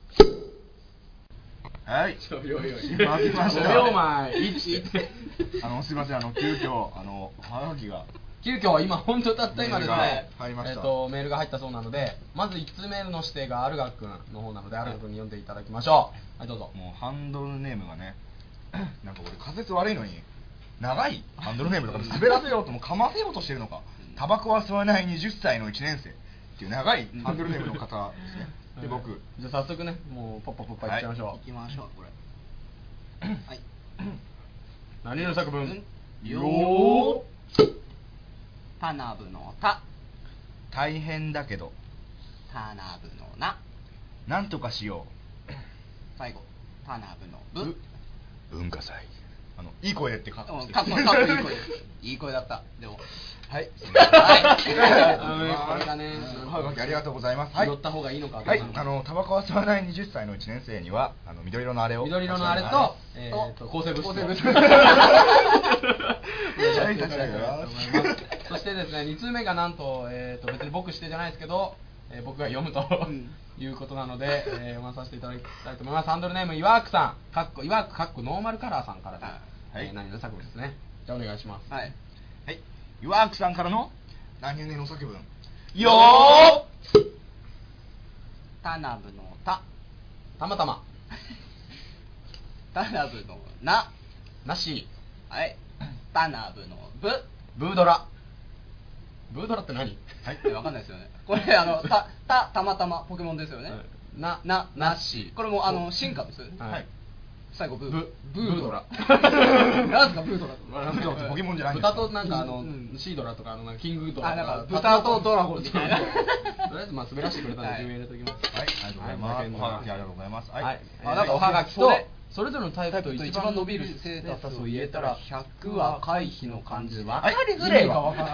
はい。今来ました。 5秒前1。 すいません、急遽はがきが。 急遽今本当たった今ですね。 入りました。 メールが入ったそうなので、まず1通目の指定がアルガ君の方なので、アルガ君に読んでいただきましょう。はい、どうぞ。 もうハンドルネームがね、なんか俺仮説悪いのに長いハンドルネームとか滑らせようともかませようとしてるのか。タバコは吸わない20歳の1年生っていう長いハンドルネームの方ですね。で僕じゃあ早速ね、もうポッパポッパいっちゃいましょう。 行きましょうこれ。はい。 何の作文？ よー。田辺の田。 大変だけど。 田辺のな。 なんとかしよう。 最後。田辺のぶ。 文化祭。いい声でってかっこいい声。いい声だった。でも。 はい。 はい。これがね、 ありがとうございます。 拾った方がいいのか。 はい。タバコは吸わない20歳の1年生には緑色のあれを。 緑色のあれと抗生物質。そしてですね、2通目がなんと別に僕指定じゃないですけど、僕が読むということなので読まさせていただきたいと思います。ハンドルネームいわくさん、いわくノーマルカラーさんからで何の作文ですね。じゃあお願いします。 はい。 はい。いわくさんからの何々の作文。よー。 田辺の田。 たまたま。 田辺のな。 なし。 はい。田辺のぶ。 ブードラ。ブードラって何？ はい。わかんないですよね。これたまたまポケモンですよね。 なし。 これも進化ですよね。 はい。 最後ブードラ。 なんすかブードラ。 ポケモンじゃない。 豚となんかシードラとかキングドラ。 なんか豚とドラゴンみたいな。 とりあえず滑らしてくれたんで10円入れておきます。 はい、ありがとうございます。おはがきありがとうございます。 はい。なんかおはがきとそれぞれのタイプと一番伸びるセータスを言えたら100は回避の漢字分かりづれえわ。 はい。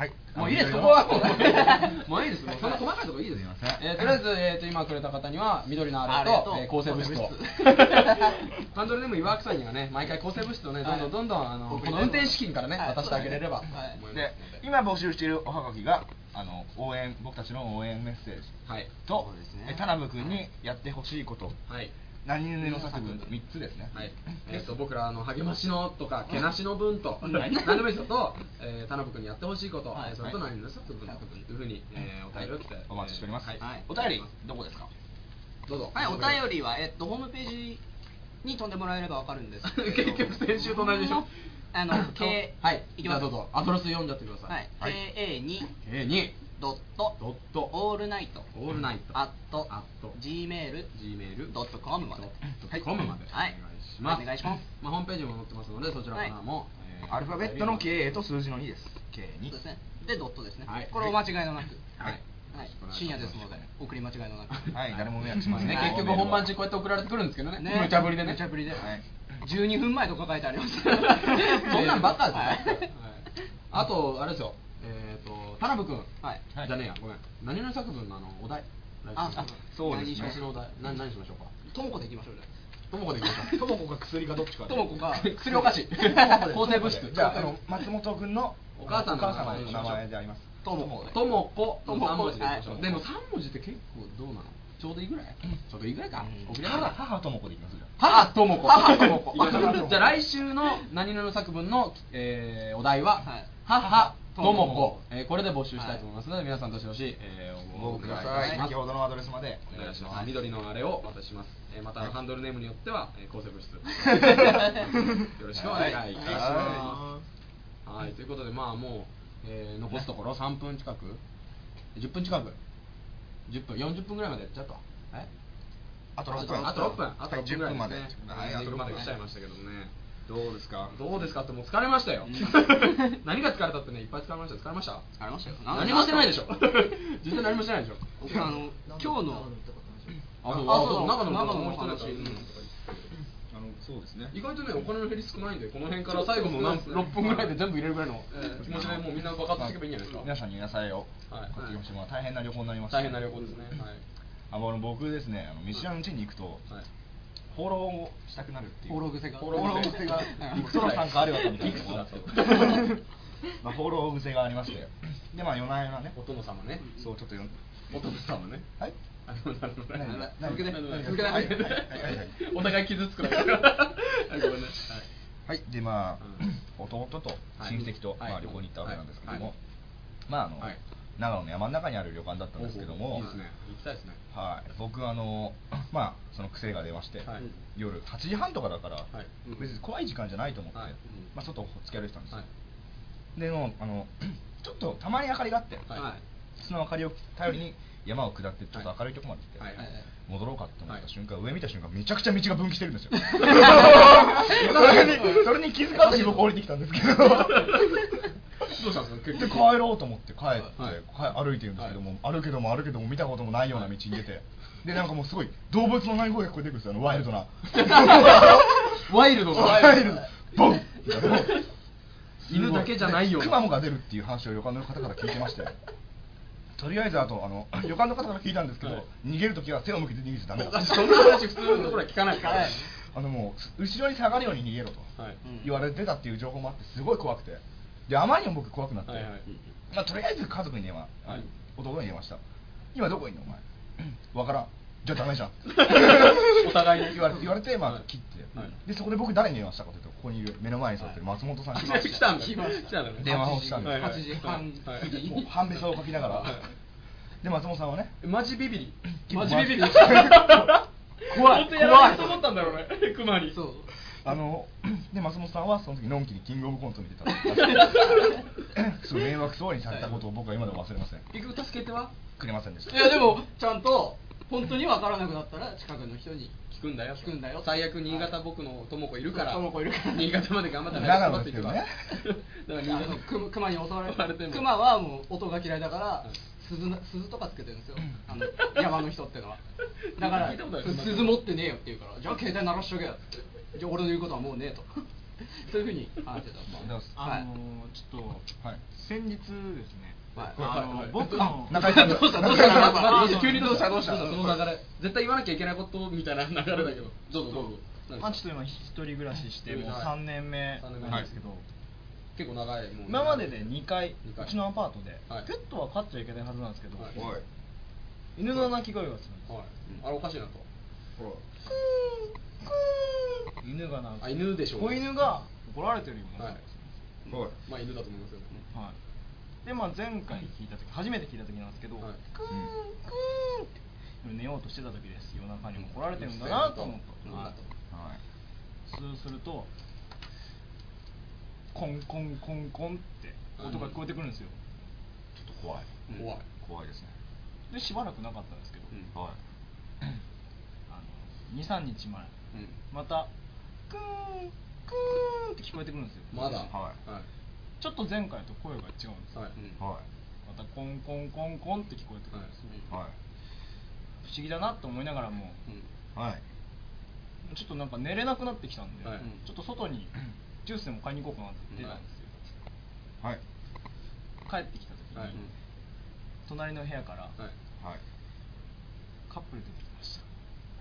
もういいです。ここはもういいです。そんな細かいとこいいです。とりあえず今くれた方には緑のあれと抗生物質を。ハンドルネームいわくさんにはね、毎回抗生物質をね、どんどんこの運転資金からね渡してあげれれば。 で、今募集しているおはがきが僕たちの応援メッセージと田辺君にやってほしいこと。何々の作文3つですね。 はい。僕ら励ましのとかけなしの文と何でもいいですと田辺君にやってほしいこと、それと何々の作文というふうにお便りを来てお待ちしております。お便りどこですか？ どうぞ。 はい、お便りはホームページに飛んでもらえればわかるんです。 結局先週と同じでしょ。 はい。 じゃあどうぞ。アドレス読んじゃってください。 はい。KA2 ドットオールナイトアット gmail.com まで。 はい。お願いします。 お願いします。 ホームページも載ってますのでそちらからもアルファベットの KA と数字の2です。KA2 ですね。でドットですね。これお間違いのなく。はい。深夜ですので送り間違いのなく。 はい。誰も迷惑しませんね。 結局本番中こうやって送られてくるんですけどね。無茶ぶりでね。 無茶ぶりで。12分前とか書いてあります。 そんなんばっかですよ。あとあれですよ。田辺君。じゃねえや。ごめん。何々作文のお題。 そうですね。 何しましょうか。 ともこでいきましょう。 ともこでいきましょう。 ともこが薬かどっちか。 ともこが薬お菓子。抗生物質。 じゃあ松本君のお母さんの名前であります。 ともこ3文字でいきましょう。でも3文字って結構どうなの？ちょうどいいぐらい？ちょうどいいぐらいか。 母ともこでいきます。 母ともこ。じゃあ来週の何々の作文のお題は母ともこ。これで募集したいと思いますので皆さんどしどし応募ください。先ほどのアドレスまでお願いします。緑のあれをお渡しします。またハンドルネームによっては抗生物質。よろしくお願いいたします。はい、ということでもう残すところ3分近く10分近く10分40分ぐらいまでやっちゃうと。 あと6分あと6分 10分まで 10分まで来ちゃいましたけどね。 どうですかってもう疲れましたよ。何が疲れたってね、いっぱい疲れましたよ。何もしてないでしょ。実際何もしてないでしょ。 今日の中のもう一人だしそうですね。 意外とねお金の減り少ないんでこの辺から最後の6分ぐらいで全部入れるぐらいの気持ちでもうみんな爆発していけばいいんじゃないですか。 皆さんに野菜を買ってきまして大変な旅行になりました。 大変な旅行ですね。 僕ですね、見知らぬ地に行くと、放浪をしたくなるっていう。 放浪癖が。 行くとの参加あるわけみたいなのがあって。放浪癖がありまして。で、夜な夜なね。 お殿様ね。 そう、ちょっとお殿様ね。はい。 続けて。 お互い傷つくから。ごめんね。 はい、で弟と親戚と旅行に行ったわけなんですけども、長野の山の中にある旅館だったんですけども、 いいですね、行きたいですね。 はい、僕その癖が出まして、夜8時半とかだから、別に怖い時間じゃないと思って、外を突き歩いてたんですよ。でちょっとたまに明かりがあって、その明かりを頼りに山を下ってちょっと明るいところまで行って、戻ろうかと思った瞬間、上見た瞬間めちゃくちゃ道が分岐してるんですよ。それに気づかずに僕降りてきたんですけど、どうしたんですか。で帰ろうと思って帰って歩いてるんですけども、歩けども見たこともないような道に出て、でなんかもうすごい動物の鳴き声が聞こえてくるんですよ、ワイルドなワイルドボン犬だけじゃないよ、 クマモが出るっていう話を旅館の方から聞いてまして、とりあえず旅館の方から聞いたんですけど、逃げるときは手を向けて逃げちゃダメだ。 そんな話普通のところは聞かないから。 もう後ろに下がるように逃げろと言われてたっていう情報もあって、すごい怖くて、であまりにも僕怖くなって、とりあえず家族に弟に言いました。今どこいんのお前。わからん。じゃあダメじゃん。 お互いに言われて切って、でそこで僕誰に電話したかというと、ここにいる目の前に座ってる松本さんに来たんだ。 電話をしたんです。 8時半もう半べそを書きながら、で松本さんはね、 マジビビリ怖い本当やられると思ったんだろうね、クマに。 そうで松本さんはその時のんきにキングオブコント見てたすごい迷惑そうにされたことを僕は今でも忘れません。 結局助けてはくれませんでした。 いやでもちゃんと本当に分からなくなったら近くの人に聞くんだよ。最悪新潟僕の友子いるから。新潟まで頑張ったら長野ですけどね。 クマに襲われて、クマはもう音が嫌いだから鈴とかつけてるんですよ。山の人ってのは。だから鈴持ってねえよって言うから、じゃあ携帯鳴らしとけよって。じゃあ俺の言うことはもうねえと。そういうふうに話してた。 ちょっと先日ですね。 僕の中井さんどうした急にどうしたその流れ絶対言わなきゃいけないことみたいな流れだけど、どうぞちょっと今一人暮らししてもう3年目なんですけど、 結構長い。 今までで2回うちのアパートでペットは飼っちゃいけないはずなんですけど、犬の鳴き声がするんですよ。 あれおかしいなと。 犬がなんか犬でしょう。 子犬が怒られてるような。 まあ犬だと思いますよね。 で前回聞いた時、初めて聞いた時なんですけど、クーンクーンって寝ようとしてた時です。夜中にも来られてるんだなと思った。そうするとコンコンコンコンって音が聞こえてくるんですよ。 ちょっと怖いですね。 でしばらくなかったんですけど、2,3日前、またクーンクーンって聞こえてくるんですよ。 まだちょっと前回と声が違うんですよ。またコンコンコンコンって聞こえてくるんですよ。不思議だなと思いながらも、ちょっとなんか寝れなくなってきたんで、ちょっと外にジュースでも買いに行こうかなって出たんですよ。帰ってきた時に、隣の部屋からカップル出てきました。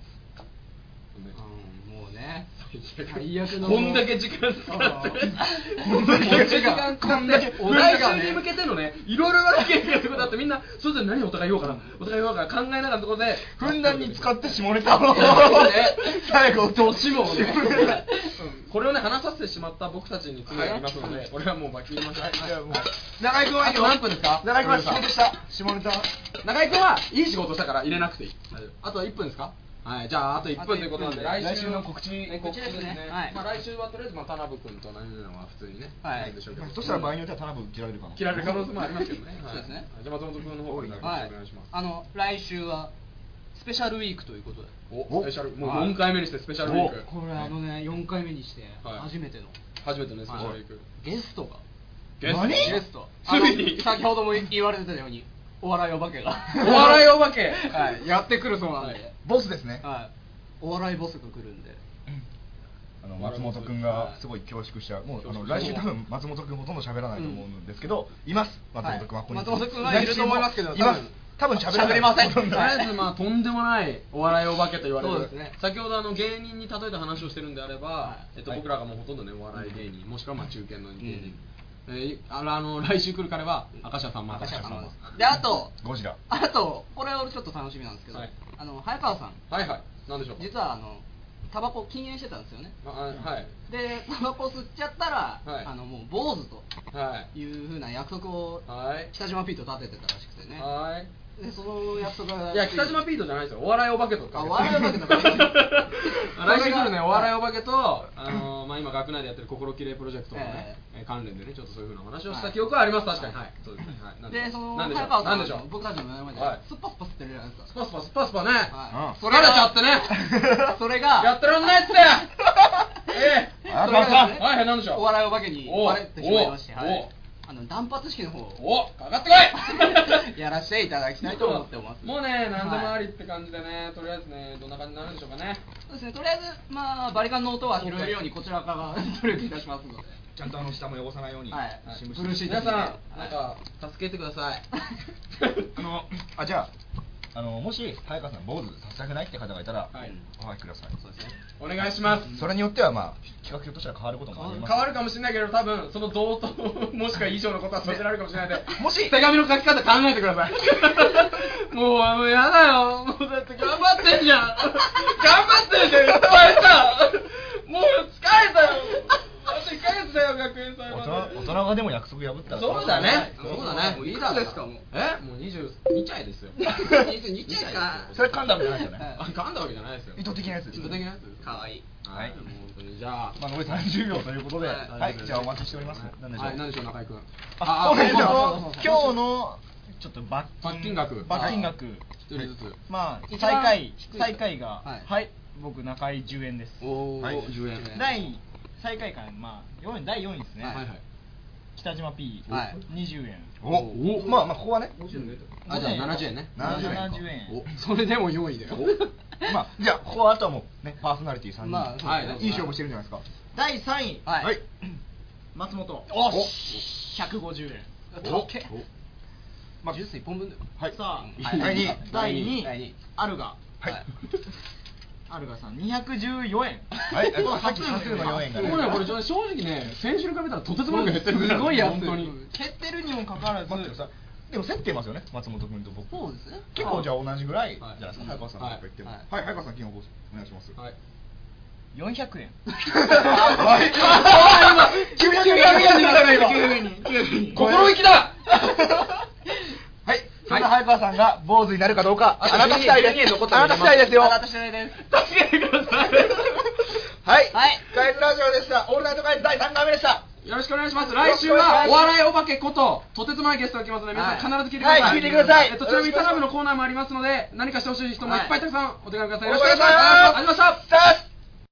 もうね、最悪のこんだけ時間使ってお来週に向けてのね、いろいろな意見があることあって、みんなそれぞれ何お互い言おうかな考えながらのところでふんだんに使って下ネタを最後年もねこれをね話させてしまった僕たちに次がありますので、俺はもうバキ入れましょう。 中井君はいいよ。 何分ですか。 中井君は仕事した。下ネタ。 中井君はいい仕事したから入れなくていい。あとは1分ですか。はい、じゃああと1分ということなんで、来週の告知ですね。まあ来週はとりあえず田辺君と何々は普通にね、ないでしょうけど。 そしたら場合によっては田辺切られるかも。 切られる可能性もありますけどね。 そうですね。 じゃあ松本君の方からお願いします。 来週はスペシャルウィークということで。 スペシャル、もう4回目にしてスペシャルウィーク。 これ4回目にして初めてのスペシャルウィーク。 ゲストが。 何？ ゲスト。先ほども言われてたようにお笑いお化けが。 お笑いお化け。 やってくるそうなんで。 ボスですね。 お笑いボスが来るんで、 松本君がすごい恐縮しちゃう。もう来週多分松本君ほとんど喋らないと思うんですけど、います。松本君はここに。 松本君はいると思いますけど、 います。 多分喋りません。 とりあえずまあとんでもないお笑いお化けと言われる。 そうですね。 先ほど芸人に例えた話をしてるんであれば、僕らがもうほとんどねお笑い芸人、もしくはまあ中堅の芸人。来週来る彼は明石家さんまさんで、あとゴジラ、 あとこれ俺ちょっと楽しみなんですけど、早川さん、 はいはい、なんでしょうか。 実はタバコ禁煙してたんですよね。 はい。 でタバコ吸っちゃったら、もう坊主というふうな約束を北島ピート立ててたらしくてね。でその約束が、 いや北島ピートじゃないですよ、お笑いお化けとか。 お笑いお化けとか来週来るねお笑いお化けとまあ今学内でやってる心きれいプロジェクトのね関連でねちょっとそういうふうな話をした記憶はあります。確かに。はい、そうですね。 でその早川さんの僕たちの目の前でスッパスパ吸ってるじゃないですか。 スパスパね。 それがちゃってね。それがやってらんないっすね。 早川さん、 はい、なんでしょう。 お笑いお化けにバレてしまいまして、断髪式の方かかってこいやらせていただきたいと思ってます。 もうね何でもありって感じでね、とりあえずねどんな感じになるんでしょうかね。 そうですね、とりあえずまあバリカンの音は拾えるようにこちらから努力いたしますので、 ちゃんと下も汚さないように。 ブルーシート皆さんなんか助けてください。 じゃあもし早川さん坊主させたくないって方がいたらおはぎください。 そうですね、お願いします。 それによってはまあ企画としては変わることもあります。 変わるかもしれないけど、多分その同等もしくは以上のことはさせられるかもしれないので、 もし手紙の書き方考えてください。もうやだよ、もうだって頑張ってんじゃん。頑張ってんじゃん、いっぱいさ。もう疲れたよ。あと1ヶ月だよ、学園祭は。 大人がでも約束破ったら。 そうだね。そうだね。 もういいだですかもう。 もう22歳ですよ。 22歳か。 それ噛んだわけじゃないですよね。 噛んだわけじゃないですよ。 意図的なやつです。 意図的なやつ。 可愛い。 はい。もう本当にじゃあ残り30秒ということで、はいじゃあお待ちしております。 何でしょう中井くん。 そうですよ。今日のちょっと罰金額 1人ずつ。まあ最下位が僕中井10円です。 10円。 最下位からまあ第4位ですね。北島 P 20円。 まあここはね。 じゃあ70円ね。 70円。 それでも4位だよ。 まあじゃあここはあとはもうねパーソナリティ3人いい勝負してるんじゃないですか。 第3位松本150円。 まあジュース1本分だよ。 さあ第2位アルガ。アルガさん214円。 はい、さっきの4円がね。 これ正直ね、先週に比べたらとてつもなく減ってる。 すごい安い。 減ってるにもかかわらず、 でも競ってますよね、松本君と僕。 そうですね。 結構じゃあ同じぐらいじゃないですか、早川さんとか言っても。はい、早川さん金額お願いします。はい。 400円。 心意気だ。 はい。そんな早川さんが坊主になるかどうか、あなた次第です。あなた次第ですよ。 あなた次第です。 助けてください。 はい。ガイズラジオでした。オールナイトガイズ第3回目でした。 よろしくお願いします。来週はお笑いお化けこととてつもないゲストが来ますので、皆さん必ず聞いてください。 はい、聞いてください。 ちなみに田辺のコーナーもありますので、何かしてほしい人もいっぱいたくさんお手紙ください。よろしくお願いします。ありがとうございました。